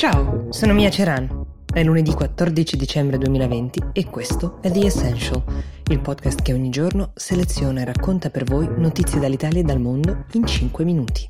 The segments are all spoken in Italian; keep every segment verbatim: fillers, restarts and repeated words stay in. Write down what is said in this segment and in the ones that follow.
Ciao, sono Mia Ceran. È lunedì quattordici dicembre duemilaventi e questo è The Essential, il podcast che ogni giorno seleziona e racconta per voi notizie dall'Italia e dal mondo in cinque minuti.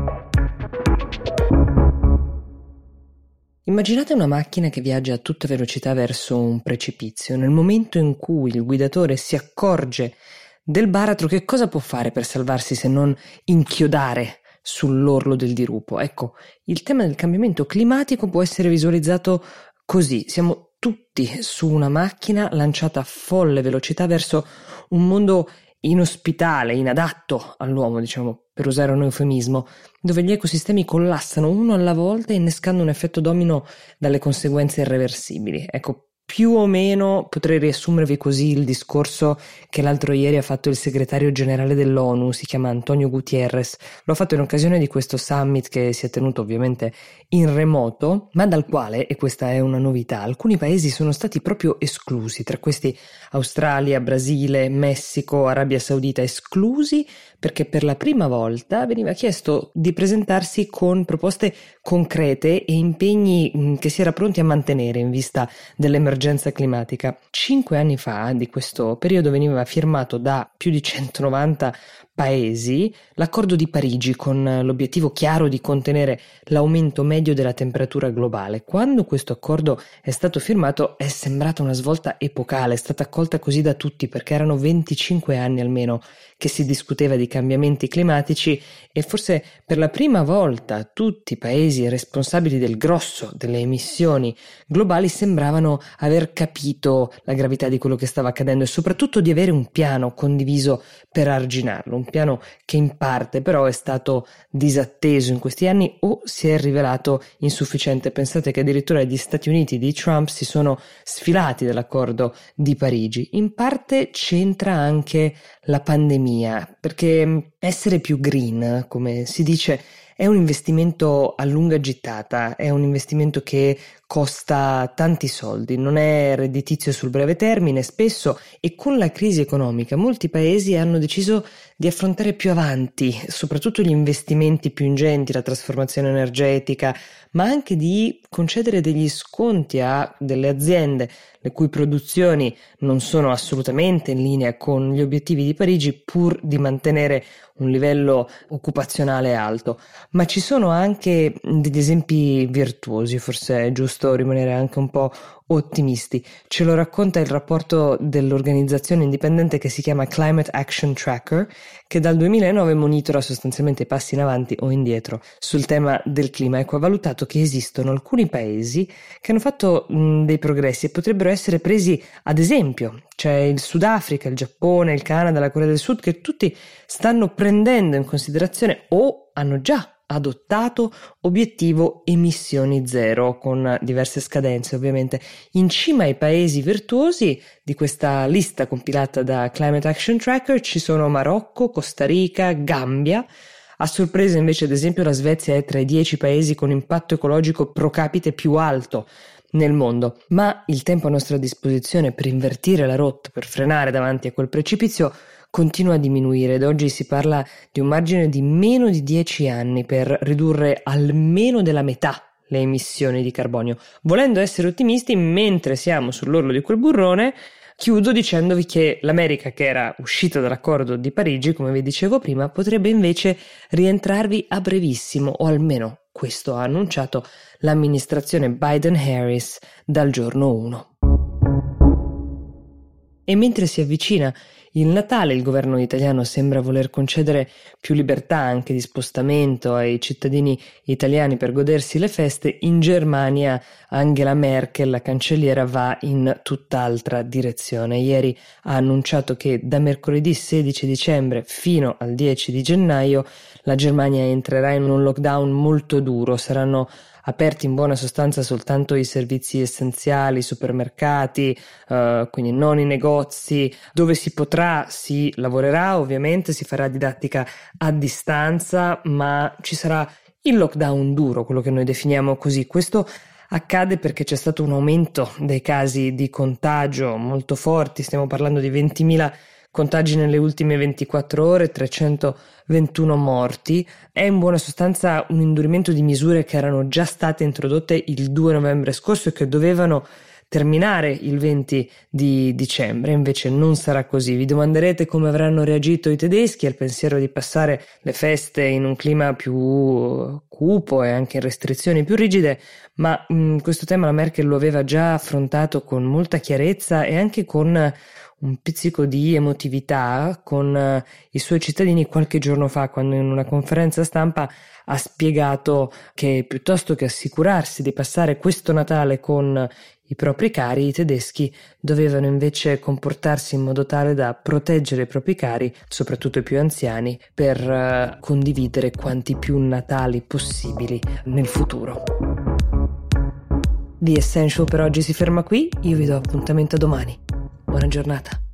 Immaginate una macchina che viaggia a tutta velocità verso un precipizio. Nel momento in cui il guidatore si accorge del baratro, che cosa può fare per salvarsi se non inchiodare sull'orlo del dirupo? Ecco, il tema del cambiamento climatico può essere visualizzato così. Siamo tutti su una macchina lanciata a folle velocità verso un mondo inospitale, inadatto all'uomo, diciamo, per usare un eufemismo, dove gli ecosistemi collassano uno alla volta innescando un effetto domino dalle conseguenze irreversibili. Ecco, più o meno potrei riassumervi così il discorso che l'altro ieri ha fatto il segretario generale dell'ONU, si chiama Antonio Guterres. L'ho fatto in occasione di questo summit che si è tenuto ovviamente in remoto, ma dal quale, e questa è una novità, alcuni paesi sono stati proprio esclusi, tra questi Australia, Brasile, Messico, Arabia Saudita, esclusi perché per la prima volta veniva chiesto di presentarsi con proposte concrete e impegni che si era pronti a mantenere in vista dell'emergenza climatica. Cinque anni fa, di questo periodo, veniva firmato da più di centonovanta paesi l'accordo di Parigi con l'obiettivo chiaro di contenere l'aumento medio della temperatura globale. Quando questo accordo è stato firmato è sembrata una svolta epocale, è stata accolta così da tutti perché erano venticinque anni almeno che si discuteva di cambiamenti climatici e forse per la prima volta tutti i paesi responsabili del grosso delle emissioni globali sembravano aver capito la gravità di quello che stava accadendo e soprattutto di avere un piano condiviso per arginarlo, un piano che in parte però è stato disatteso in questi anni o si è rivelato insufficiente. Pensate che addirittura gli Stati Uniti di Trump si sono sfilati dall'accordo di Parigi. In parte c'entra anche la pandemia, perché essere più green, come si dice, è un investimento a lunga gittata, è un investimento che costa tanti soldi, non è redditizio sul breve termine spesso, e con la crisi economica molti paesi hanno deciso di affrontare più avanti soprattutto gli investimenti più ingenti, la trasformazione energetica, ma anche di concedere degli sconti a delle aziende le cui produzioni non sono assolutamente in linea con gli obiettivi di Parigi pur di mantenere un livello occupazionale alto. Ma ci sono anche degli esempi virtuosi, forse è giusto rimanere anche un po' ottimisti. Ce lo racconta il rapporto dell'organizzazione indipendente che si chiama Climate Action Tracker, che dal duemilanove monitora sostanzialmente i passi in avanti o indietro sul tema del clima. Ecco, ha valutato che esistono alcuni paesi che hanno fatto mh, dei progressi e potrebbero essere presi ad esempio. C'è il Sudafrica, il Giappone, il Canada, la Corea del Sud, che tutti stanno prendendo in considerazione o hanno già adottato obiettivo emissioni zero con diverse scadenze ovviamente. In cima ai paesi virtuosi di questa lista compilata da Climate Action Tracker ci sono Marocco, Costa Rica, Gambia. A sorpresa invece ad esempio la Svezia è tra i dieci paesi con impatto ecologico pro capite più alto nel mondo, ma il tempo a nostra disposizione per invertire la rotta, per frenare davanti a quel precipizio continua a diminuire ed oggi si parla di un margine di meno di dieci anni per ridurre almeno della metà le emissioni di carbonio. Volendo essere ottimisti, mentre siamo sull'orlo di quel burrone, chiudo dicendovi che l'America, che era uscita dall'accordo di Parigi, come vi dicevo prima, potrebbe invece rientrarvi a brevissimo, o almeno questo ha annunciato l'amministrazione Biden-Harris dal giorno uno. E mentre si avvicina il Natale, il governo italiano sembra voler concedere più libertà anche di spostamento ai cittadini italiani per godersi le feste. In Germania Angela Merkel, la cancelliera, va in tutt'altra direzione. Ieri ha annunciato che da mercoledì sedici dicembre fino al dieci di gennaio la Germania entrerà in un lockdown molto duro. Saranno aperti in buona sostanza soltanto i servizi essenziali, i supermercati, uh, quindi non i negozi. Dove si potrà si lavorerà, ovviamente si farà didattica a distanza, ma ci sarà il lockdown duro, quello che noi definiamo così. Questo accade perché c'è stato un aumento dei casi di contagio molto forti, stiamo parlando di ventimila contagi nelle ultime ventiquattro ore, trecentoventuno morti. È in buona sostanza un indurimento di misure che erano già state introdotte il due novembre scorso e che dovevano terminare il venti di dicembre. Invece non sarà così. Vi domanderete come avranno reagito i tedeschi al pensiero di passare le feste in un clima più cupo e anche in restrizioni più rigide, ma mh, questo tema la Merkel lo aveva già affrontato con molta chiarezza e anche con un pizzico di emotività con uh, i suoi cittadini qualche giorno fa, quando in una conferenza stampa ha spiegato che piuttosto che assicurarsi di passare questo Natale con i propri cari, i tedeschi dovevano invece comportarsi in modo tale da proteggere i propri cari, soprattutto i più anziani, per uh, condividere quanti più Natali possibili nel futuro. The Essential per oggi si ferma qui, io vi do appuntamento a domani. Buona giornata.